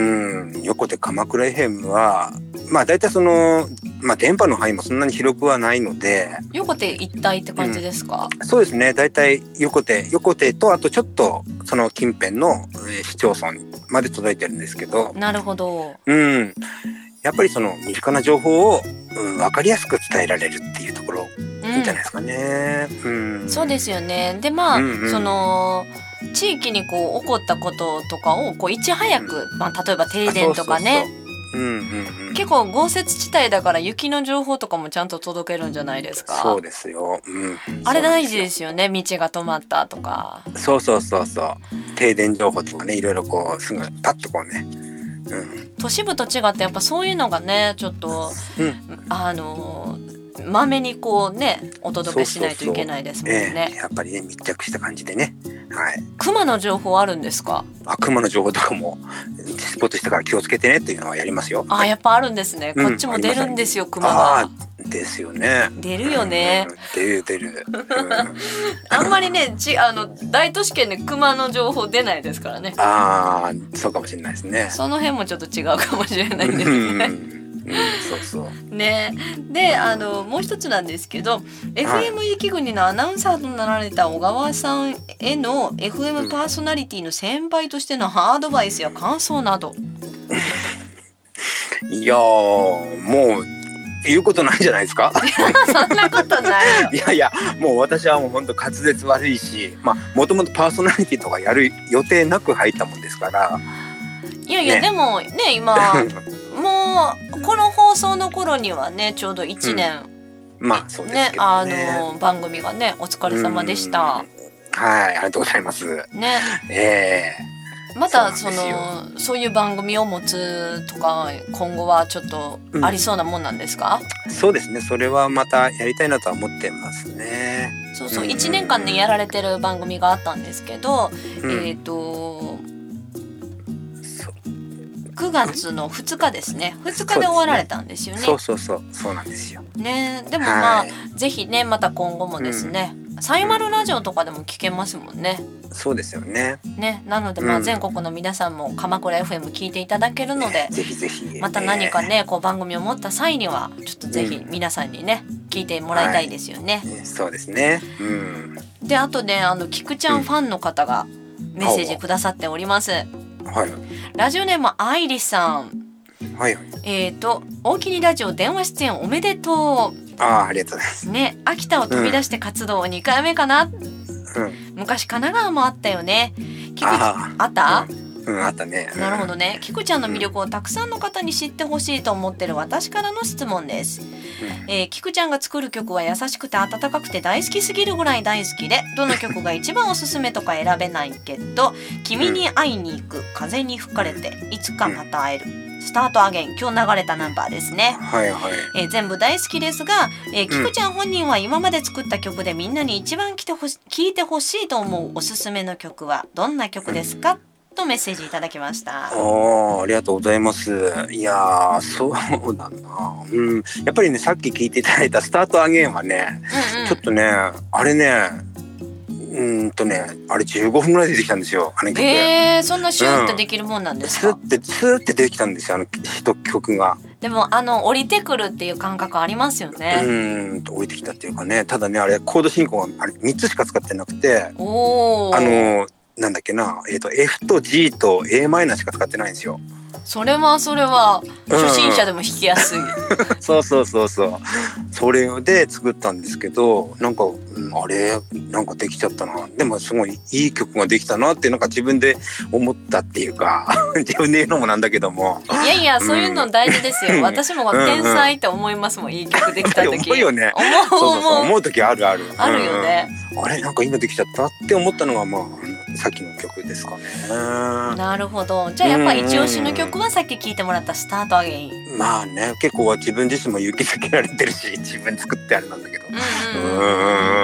横手鎌倉 エフエム はまあ大体その、まあ、電波の範囲もそんなに広くはないので、 横手一帯って感じですか？ うん、そうですね、大体横手横手とあとちょっとその近辺の市町村まで届いてるんですけど。 なるほど。 うん、やっぱりその身近な情報を、うん、分かりやすく伝えられるっていうところ、うん、いいんじゃないですかね。うん、 そうですよね。で、まあ、うんうん、その地域にこう起こったこととかをこういち早く、うん、まあ、例えば停電とかね、 うんうんうん、 結構豪雪地帯だから雪の情報とかもちゃんと届けるんじゃないですか。 そうですよ、うん、 あれ大事ですよね。道が止まったとか、 そうそうそうそう、停電情報とかね、いろいろこうすぐパッとこうね、うん、 都市部と違ってやっぱそういうのがね、ちょっと、うん、あのまめにこうねお届けしないといけないですもんね。 そうそうそう、えー、やっぱりね密着した感じでね、はい。 熊の情報あるんですか？ あ、熊の情報とかもスポットしてから気をつけてねっていうのはやりますよ。 あ、やっぱあるんですね。こっちも出るんですよ、うん、熊が。 あですよね。 出るよね。 うん、出る出る。うん、 あんまりね、ちあの大都市圏で熊の情報出ないですからね。 ああ、そうかもしれないですね。 その辺もちょっと違うかもしれないですね。 うん、そうそうね、であのもう一つなんですけど、はい、エフエム 雪国のアナウンサーとなられた小川さんへの エフエム パーソナリティの先輩としてのアドバイスや感想など。 いやーもう言うことないんじゃないですか。 そんなことないよ。 いやいやもう私はもう本当滑舌悪いし、まあもともとパーソナリティとかやる予定なく入ったもんですから。 いやいや、ね、でもね今もうこの放送の頃にはねちょうどいちねん、 うん、まあそうですけどね、 ね、あの番組がねお疲れ様でした。 はいありがとうございますね。 えー、 またそのそういう番組を持つとか今後はちょっとありそうなもんなんですか？ うん、そうですね、それはまたやりたいなとは思ってますね。 そうそう、いちねんかんねやられてる番組があったんですけど、うん、えっとくがつのふつかですね、ふつかで終わられたんですよね。 そうそうそうそうなんですよね。でもまあ、はい、ぜひねまた今後もですね、うん、サイマルラジオとかでも聞けますもんね。 そうですよね。 ね、なのでまあ全国の皆さんも鎌倉 エフエム 聞いていただけるので、 ぜひぜひまた何かねこう番組を持った際にはちょっとぜひ皆さんにね、うん、聞いてもらいたいですよね。 はい、そうですね。うん、 であとねあのキクちゃんファンの方がメッセージくださっております。 うん、はい。 ラジオネームアイリさん。 はいはい。 えっと大きにラジオ電話出演おめでとう。ああありがとうございます。 ね、秋田を飛び出して活動にかいめかな。うん、昔神奈川もあったよね。キクああった？ うん、うん、あったね。 なるほどね。キクちゃんの魅力をたくさんの方に知ってほしいと思ってる私からの質問です。うん、えー、キクちゃんが作る曲は優しくて温かくて大好きすぎるぐらい大好きで、どの曲が一番おすすめとか選べないけど、君に会いに行く、風に吹かれて、いつかまた会える。スタートアゲイン、今日流れたナンバーですね。 はいはい。 えー、全部大好きですが、えー、キクちゃん本人は今まで作った曲でみんなに一番聴いてほしいと思うおすすめの曲はどんな曲ですか、うん、とメッセージいただきました。 あありがとうございます。いやーそうだな、うん、やっぱりねさっき聴いていただいたスタートアゲインはね、うんうん、ちょっとねあれねうんとねあれじゅうごふんぐらいでできたんですよ、あの曲。 えー、そんなシューってできるもんなんですか？ うん、スーってスーってできたんですよ、あの一曲が。 でもあの降りてくるっていう感覚ありますよね。 うん降りてきたっていうかね、ただねあれコード進行があれみっつしか使ってなくて、 おあのなんだっけな、えーと F と G と A マイナーしか使ってないんですよ。 それはそれは初心者でも弾きやすい、うん、 そうそうそうそうそれで作ったんですけど、なんか、うん、あれなんかできちゃったな。でもすごいいい曲ができたなってなんか自分で思ったっていうか自分で言うのもなんだけども、 いやいやそういうの大事ですよ、うん、私も天才って思いますもん、いい曲できた時思うよね。 思うそうそうそう思う時あるあるあるよね、 うん、あれなんか今できちゃったって思ったのがまあさっきの曲ですかね。 なるほど。じゃあやっぱり一押しの曲はさっき聴いてもらったスタートアゲイン。 まあね結構自分自身も勇気づけられてるし自分作ってあれなんだけど、 うんうんうん、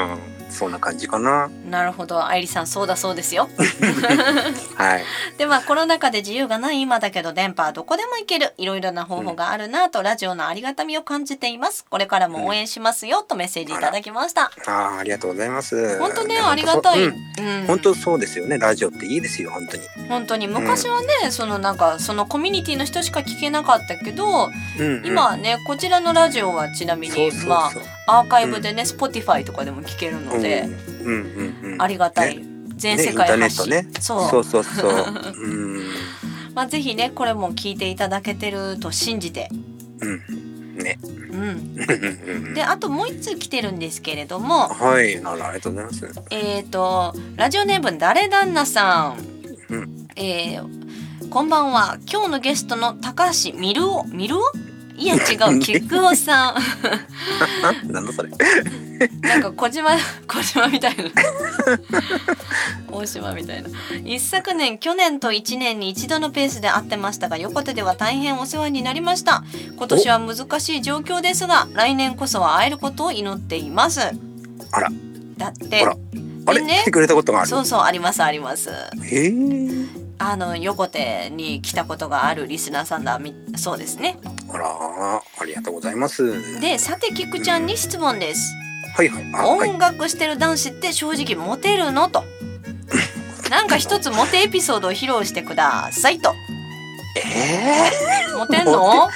うんそんな感じかな。 なるほど、愛理さんそうだそうですよはい。 ではコロナ禍で自由がない今だけど電波はどこでも行ける、いろいろな方法があるなと、うん、ラジオのありがたみを感じています。これからも応援しますよ、うん、とメッセージいただきました。 ああ、ありがとうございます。 本当ねありがたい、うんうん、本当そうですよね。ラジオっていいですよ本当に。 本当に昔はね、うん、そのなんかそのコミュニティの人しか聞けなかったけど、うんうん、今はねこちらのラジオはちなみにそうそうそう、まあアーカイブでね、うん、Spotify とかでも聞けるので、うんうんうんうん、ありがたい、ね、全世界発信、ね、そうそうそうそう、うんまあ、ぜひねこれも聞いていただけてると信じて、 うんねうん、であともう一通来てるんですけれども、 はいありがとうございます。 えっとラジオネーム誰旦那さん、うんえー、こんばんは。今日のゲストの高橋みるおみるおいや違うキクオさんなんだそれなんか小島小島みたいな大島みたいな。一昨年去年といちねんに一度のペースで会ってましたが、横手では大変お世話になりました。今年は難しい状況ですが来年こそは会えることを祈っています。 あらだってあらあれ、ね、来てくれたことがある。 そうそうありますあります。 へーあの横手に来たことがあるリスナーさんだそうですね。 あらありがとうございます。 でさてキクちゃんに質問です、 うん、はいはい。 音楽してる男子って正直モテるのとなんか一つモテエピソードを披露してくださいと。 えー、 モテんの？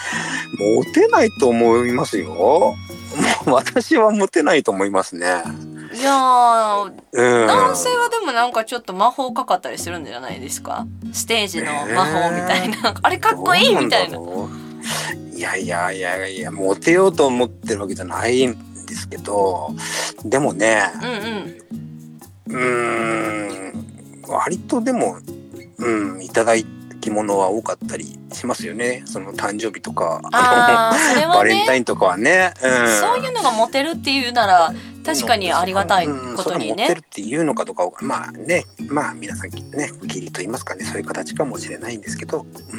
モテないと思いますよ。もう私はモテないと思いますね。 いやー、 うん、 男性はでもなんかちょっと魔法かかったりするんじゃないですか。ステージの魔法みたいな、えー、あれかっこいいみたいな。 いやいやいやいや、モテようと思ってるわけじゃないんですけど、でもね、うんうん、うーん、割とでも、うん、いただき物は多かったりしますよね。その誕生日とか、 あそれはね、 バレンタインとかはね、うん、 そういうのがモテるっていうなら確かにありがたいことにね、うん、それモテるっていうのかどうか、まあね、まあ皆さんね、キリと言いますかね、そういう形かもしれないんですけど、うん、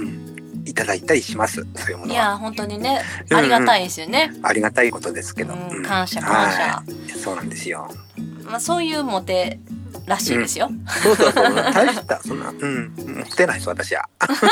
いただいたりします。そういうものは。 いや本当にね、ありがたいですよね。 うんうん、ありがたいことですけど、 うん、感謝感謝、はい、 そうなんですよ。 まあそういうモテらしいですよ。 うん、そうそうそう、大したそんな、うん、モテないです私は。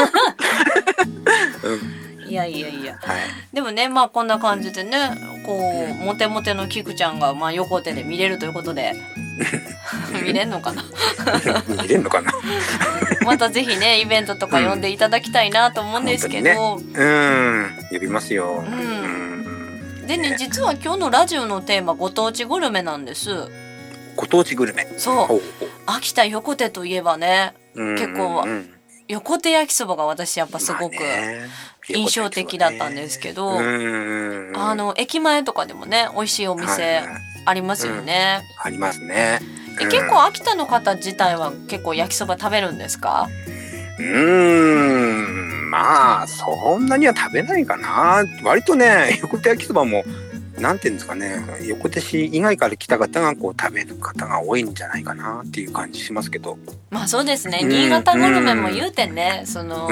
うん、いやいやいや、 はい、 でもね、まあこんな感じでね、こうモテモテのキクちゃんがまあ横手で見れるということで見れんのかな見れんのかなまたぜひねイベントとか呼んでいただきたいなと思うんですけど、 ね、うん呼びますよ、 うんうん、でね、実は今日のラジオのテーマご当地グルメなんです。 ご当地グルメ、 そう秋田横手といえばね、結構横手焼きそばが私やっぱすごく印象的だったんですけど、まあね、あの駅前とかでもね美味しいお店ありますよね、 うん、ありますね、 うん、結構秋田の方自体は結構焼きそば食べるんですか？ うーん、まあそんなには食べないかな。割とね横手焼きそばもなんていうんですかね、横手市以外から来た方がこう食べる方が多いんじゃないかなっていう感じしますけど。 まあそうですね、うん、新潟グルメも言うてね、その、うん、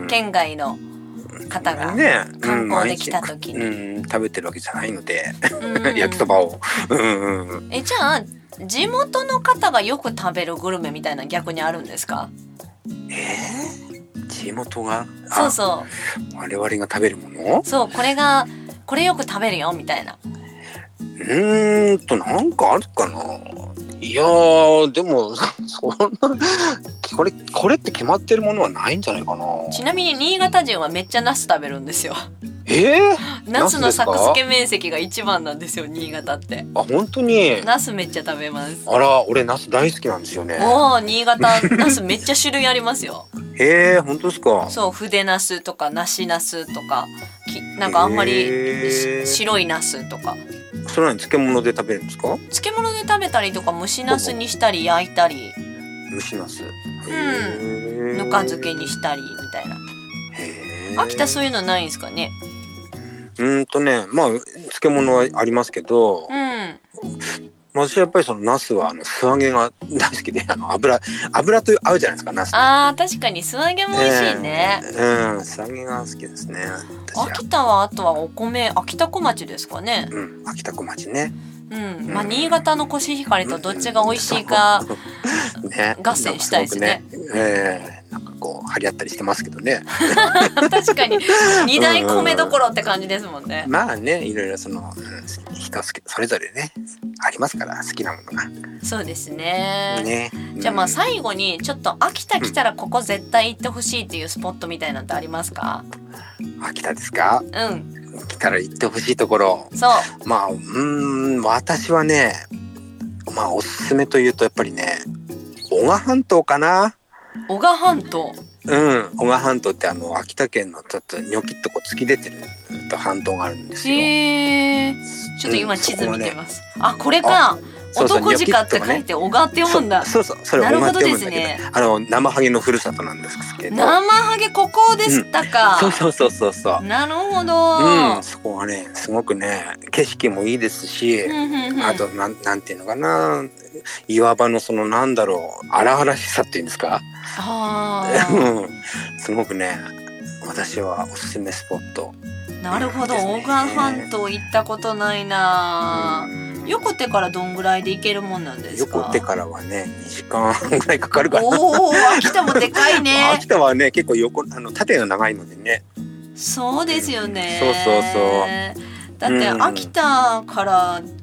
県外の方が観光で来た時に、ね、 うんうん、食べてるわけじゃないので焼きそばを、うんうん、 えじゃあ地元の方がよく食べるグルメみたいな逆にあるんですか？ えー、地元がそうそう我々が食べるもの、 そうこれがこれよく食べるよみたいな。 うーんとなんかあるかな。いやーでもそんなこれこれって決まってるものはないんじゃないかな。 ちなみに新潟人はめっちゃナス食べるんですよ。 えー、 ナスの作付け面積が一番なんですよ新潟って。 あ本当に。 ナスめっちゃ食べます。 あら俺ナス大好きなんですよね。 おー新潟ナスめっちゃ種類ありますよ。 へえー、本当ですか。 そう筆ナスとか梨ナスとかきなんかあんまり白いナスとか。 それは漬物で食べるんですか？ 漬物で食べたりとか蒸しナスにしたり焼いたり。 蒸しナス。 うん。ぬか漬けにしたりみたいな。へー。秋田そういうのないんですかね？ うーんとねまあ漬物はありますけど。うん。私はやっぱりそのナスはあの素揚げが大好きで、あの油油と合うじゃないですかナス。あー確かに素揚げも美味しいね。 えー、うん素揚げが好きですね。 秋田はあとはお米秋田小町ですかね。 うん秋田小町ね。 うん、まあ新潟のコシヒカリとどっちが美味しいか、うんね、合戦したいですね。 えー、なんかこう張り合ったりしてますけどね。 確かに二大米どころって感じですもんね。 まあねいろいろその、うん、人それぞれねありますから好きなものが。 そうですね。 ね、 うん、じゃあまあ最後にちょっと秋田来たらここ絶対行ってほしいっていうスポットみたいなんてありますか？ 秋田ですか？ うん。 来たら行ってほしいところ。 そうまあうーん私はねまあおすすめというとやっぱりね男鹿半島かな。 男鹿半島。 うん男鹿半島ってあの秋田県のちょっとニョキッとこう突き出てる半島があるんですよ。 へーちょっと今地図見てます、うんね、あこれか。男鹿って書いて男鹿って読むんだ。 そうそうそれなるほどですね。 あの生ハゲのふるさとなんですけど。 生ハゲここでしたか、 うん、そうそうそうそうなるほど、 うん、そこはねすごくね景色もいいですし、うんうんうん、あとなん、なんていうのかな岩場のそのなんだろう荒々しさっていうんですか。 あすごくね私はおすすめスポット。 なるほど、男鹿半島行ったことないな、うん、横手からどんぐらいで行けるもんなんですか？ 横手からはねにじかんぐらいかかるかな。 おー秋田もでかいね。 秋田はね結構横あの縦が長いのでね。 そうですよね、 うん、そうそうそうだって秋田から、うん、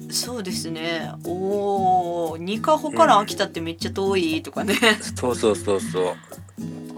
そうですねおーにかほから秋田ってめっちゃ遠いとかね、 うん、そうそうそうそう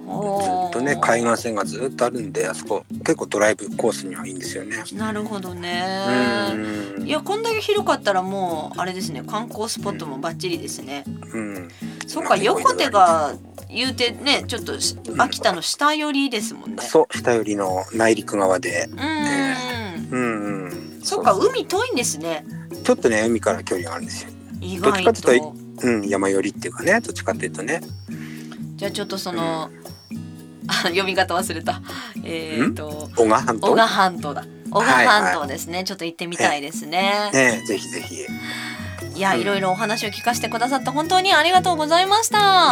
っとね海岸線がずっとあるんで、あそこ結構ドライブコースにはいいんですよね。 なるほどね。 うん、 いやこんだけ広かったらもうあれですね、観光スポットもバッチリですね。 うん、 そっか、横手が言うてねちょっと秋田の下寄りですもんね。 そう下寄りの内陸側で、 うん、 えー、うんうん、 そっか海遠いんですね。 ちょっとね海から距離があるんですよ。 意どっち外とかっていうと、うん、山寄りっていうかね、どっちかっていうとね。 じゃあちょっとその、うん、読み方忘れた。えっ、ー、と男鹿半島。 男鹿半島だ。男鹿半島ですね、はいはい、ちょっと行ってみたいですね。 ね、ぜひぜひ。 いや、うん、いろいろお話を聞かせてくださって本当にありがとうございました。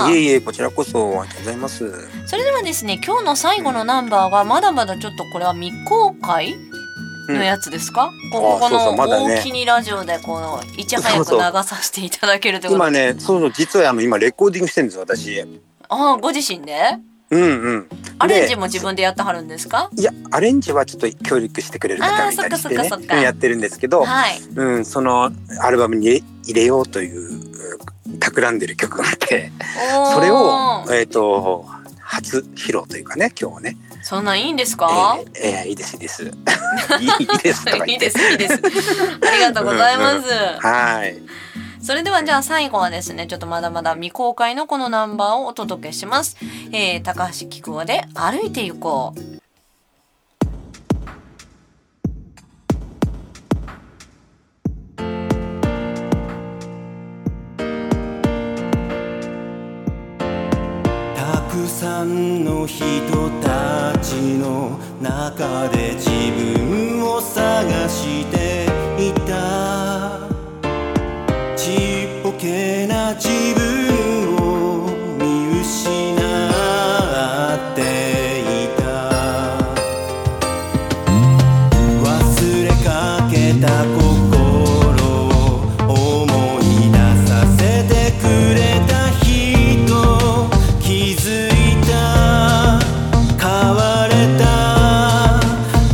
いえいえ、こちらこそありがとうございます。 それではですね、今日の最後のナンバーがまだまだちょっとこれは未公開のやつですか、うん、ここの大きにラジオでこのいち早く流させていただけるということで。 今ね、そうそう、実はあの今レコーディングしてるんです私。 ああ、ご自身で？ うんうん。 アレンジも自分でやってはるんですか？ いや、アレンジはちょっと協力してくれる方がいたりしてね、やってるんですけど、はい、うん、そのアルバムに入れようという企んでる曲があって、それをえっと初披露というかね、今日はね。 そんなんいいんですか？ えー、えー、いいですいいです。いいですとか言って。いいですいいです。 ありがとうございます。うんうん、 はい。 それではじゃあ最後はですね、ちょっとまだまだ未公開のこのナンバーをお届けします。えー、高橋紀久で歩いて行こう。 たくさんの人たちの中で自分を探していた、ちっぽけな自分を見失っていた。忘れかけた心を思い出させてくれた人、気づいた変われた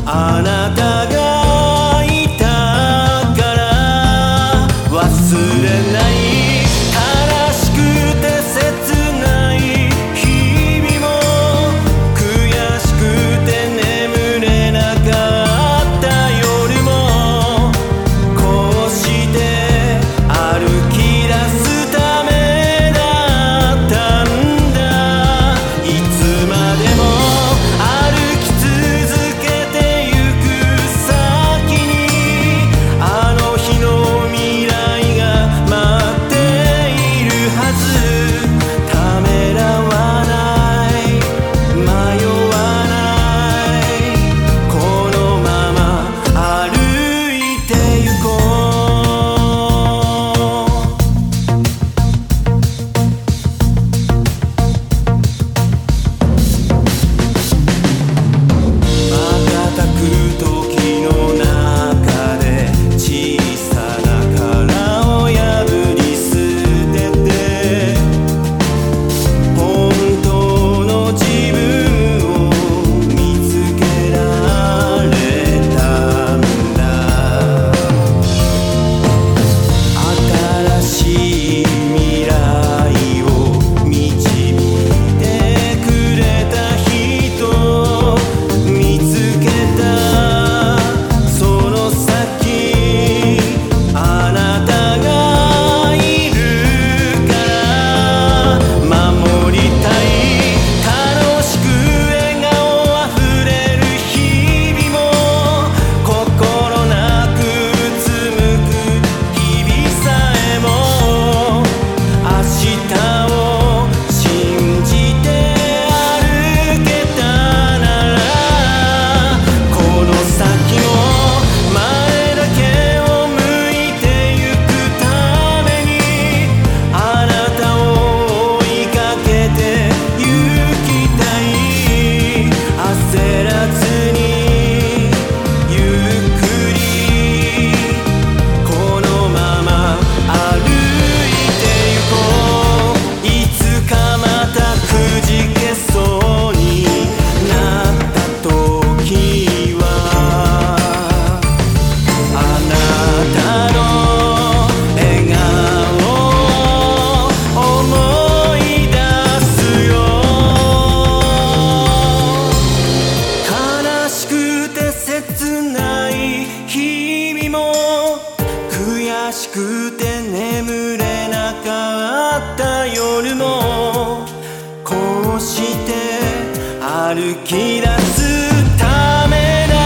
歩き出すためだ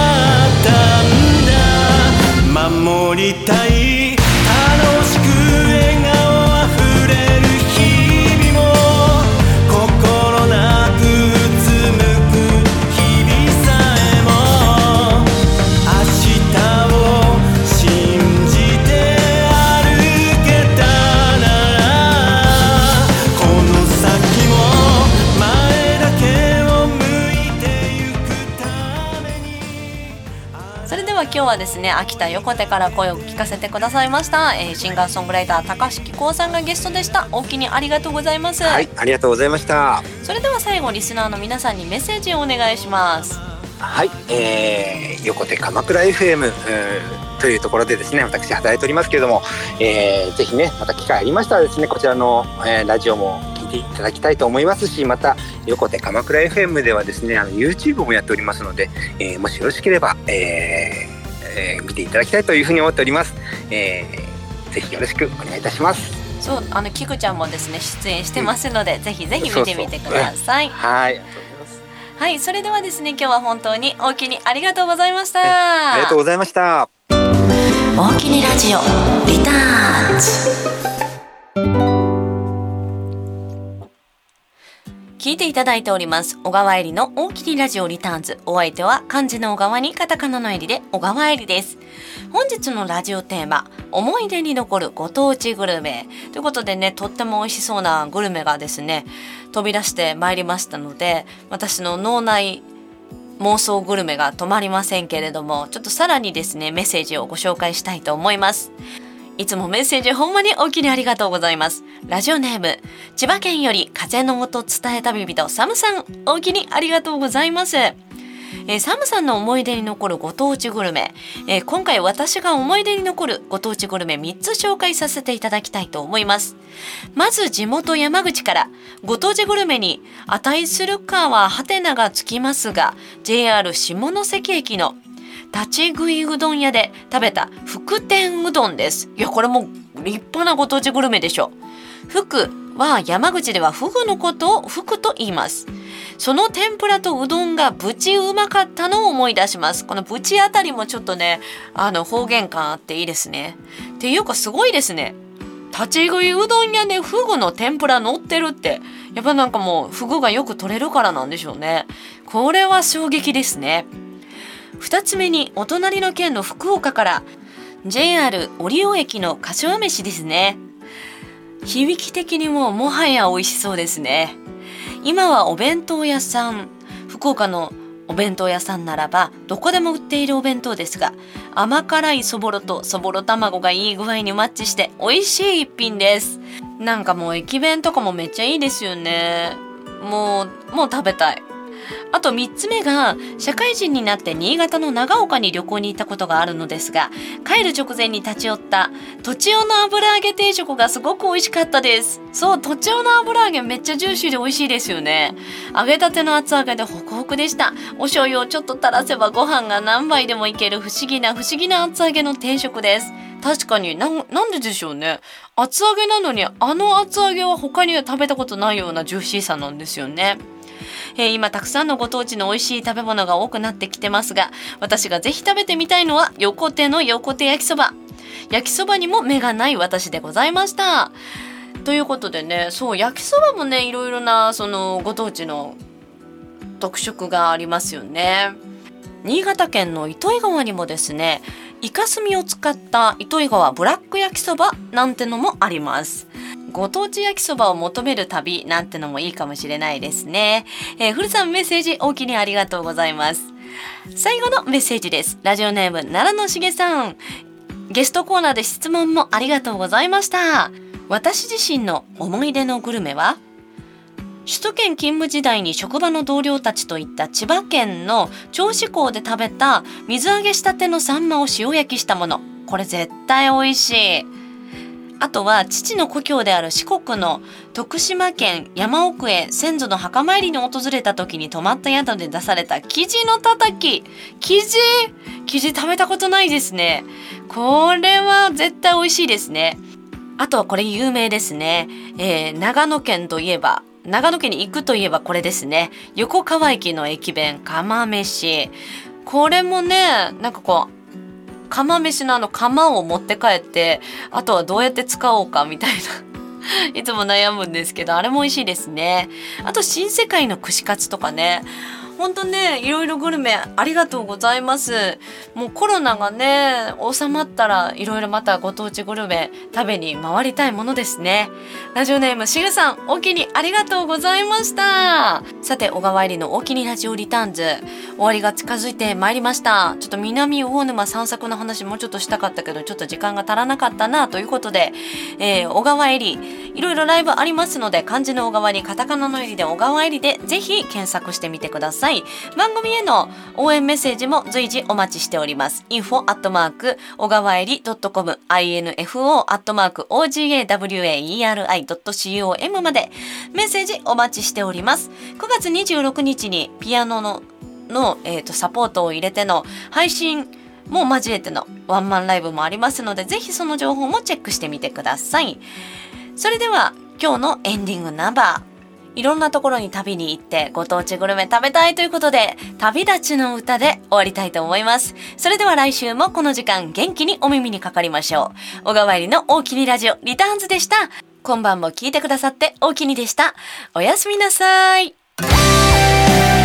ったんだ。守りたい楽しく笑顔あふれる日々も心なく紡く日々さえも明日を信じて歩けたならこの先も前だけを向いてゆくために。 それでは今日はですね、秋田横手から声を聞かせてくださいました、えー、シンガーソングライター高敷光さんがゲストでした。おおきにありがとうございます。 はい、ありがとうございました。 それでは最後リスナーの皆さんにメッセージをお願いします。 はい、えー、横手鎌倉 エフエム、えー、というところでですね、私働いておりますけれども、えー、ぜひねまた機会ありましたらですね、こちらの、えー、ラジオも聞いていただきたいと思いますし、また横手鎌倉 エフエム ではですね、あの YouTube もやっておりますので、えー、もしよろしければ、えーえー、見ていただきたいというふうに思っております。えー、ぜひよろしくお願いいたします。 そう、あのキクちゃんもですね出演してますので、うん、ぜひぜひ見てみてください。 そうそう、はい、ありがとうございます。 はい、それではですね、今日は本当におおきにありがとうございました。 ありがとうございました。 おおきにラジオリターンズ。聞いていただいております小川えりの大きにラジオリターンズ。お相手は漢字の小川にカタカナのえりで小川えりです。本日のラジオテーマ、思い出に残るご当地グルメということでね、とっても美味しそうなグルメがですね飛び出してまいりましたので、私の脳内妄想グルメが止まりませんけれども、ちょっとさらにですねメッセージをご紹介したいと思います。いつもメッセージほんまにお気にありがとうございます。ラジオネーム千葉県より風の音伝え旅人サムさん、お気にありがとうございます。えー、サムさんの思い出に残るご当地グルメ、えー、今回私が思い出に残るご当地グルメみっつ紹介させていただきたいと思います。まず地元山口から、ご当地グルメに値するかはハテナがつきますが ジェイアール 下関駅の立ち食いうどん屋で食べた福天うどんです。いや、これも立派なご当地グルメでしょ。福は山口ではフグのことを福と言います。その天ぷらとうどんがぶちうまかったのを思い出します。このぶちあたりもちょっとね、あの方言感あっていいですね。っていうかすごいですね。立ち食いうどん屋でフグの天ぷら乗ってるって、やっぱなんかもうフグがよく取れるからなんでしょうね。これは衝撃ですね。二つ目にお隣の県の福岡から ジェイアール 折尾駅の柏飯ですね。響き的にももはや美味しそうですね。今はお弁当屋さん、福岡のお弁当屋さんならばどこでも売っているお弁当ですが、甘辛いそぼろとそぼろ卵がいい具合にマッチして美味しい一品です。なんかもう駅弁とかもめっちゃいいですよね。もうもう食べたい。あとみっつめが、社会人になって新潟の長岡に旅行に行ったことがあるのですが、帰る直前に立ち寄ったとちおの油揚げ定食がすごく美味しかったです。そう、とちおの油揚げめっちゃジューシーで美味しいですよね。揚げたての厚揚げでホクホクでした。お醤油をちょっと垂らせばご飯が何杯でもいける不思議な不思議な厚揚げの定食です。確かにな、なんででしょうね。厚揚げなのにあの厚揚げは他には食べたことないようなジューシーさなんですよね。えー、今たくさんのご当地の美味しい食べ物が多くなってきてますが、私がぜひ食べてみたいのは横手の横手焼きそば。焼きそばにも目がない私でございました。ということでね、そう焼きそばもね、いろいろなそのご当地の特色がありますよね。新潟県の糸魚川にもですね、イカスミを使った糸魚川ブラック焼きそばなんてのもあります。ご当地焼きそばを求める旅なんてのもいいかもしれないですね。えー、古さんメッセージ大きにありがとうございます。最後のメッセージです。ラジオネーム奈良のしげさん、ゲストコーナーで質問もありがとうございました。私自身の思い出のグルメは、首都圏勤務時代に職場の同僚たちと行った千葉県の銚子港で食べた水揚げしたてのサンマを塩焼きしたもの。これ絶対美味しい。あとは父の故郷である四国の徳島県山奥へ先祖の墓参りに訪れた時に泊まった宿で出されたキジのたたき。キジキジ食べたことないですね。これは絶対美味しいですね。あとはこれ有名ですね、えー、長野県といえば長野県に行くといえばこれですね。横川駅の駅弁釜飯。これもね、なんかこう釜飯のあの釜を持って帰って、あとはどうやって使おうかみたいないつも悩むんですけど、あれも美味しいですね。あと新世界の串カツとかね、ほんとね、いろいろグルメありがとうございます。もうコロナがね収まったら、いろいろまたご当地グルメ食べに回りたいものですね。ラジオネームしぐさん、お気にありがとうございました。さて、小川えりのお気にラジオリターンズ、終わりが近づいてまいりました。ちょっと南魚沼散策の話もうちょっとしたかったけど、ちょっと時間が足らなかったなということで、えー、小川えりいろいろライブありますので、漢字の小川にカタカナのえりで小川えりでぜひ検索してみてください。番組への応援メッセージも随時お待ちしております。インフォアットマーク小川えりドットコム インフォアットマークオージーエーダブリューエーイーアールアイドットコム までメッセージお待ちしております。くがつにじゅうろくにちにピアノのの、えーと、サポートを入れての配信も交えてのワンマンライブもありますので、ぜひその情報もチェックしてみてください。それでは今日のエンディングナンバー、いろんなところに旅に行ってご当地グルメ食べたいということで、旅立ちの歌で終わりたいと思います。それでは来週もこの時間元気にお耳にかかりましょう。小川えりの大きにラジオリターンズでした。今晩も聞いてくださって大きにでした。おやすみなさい。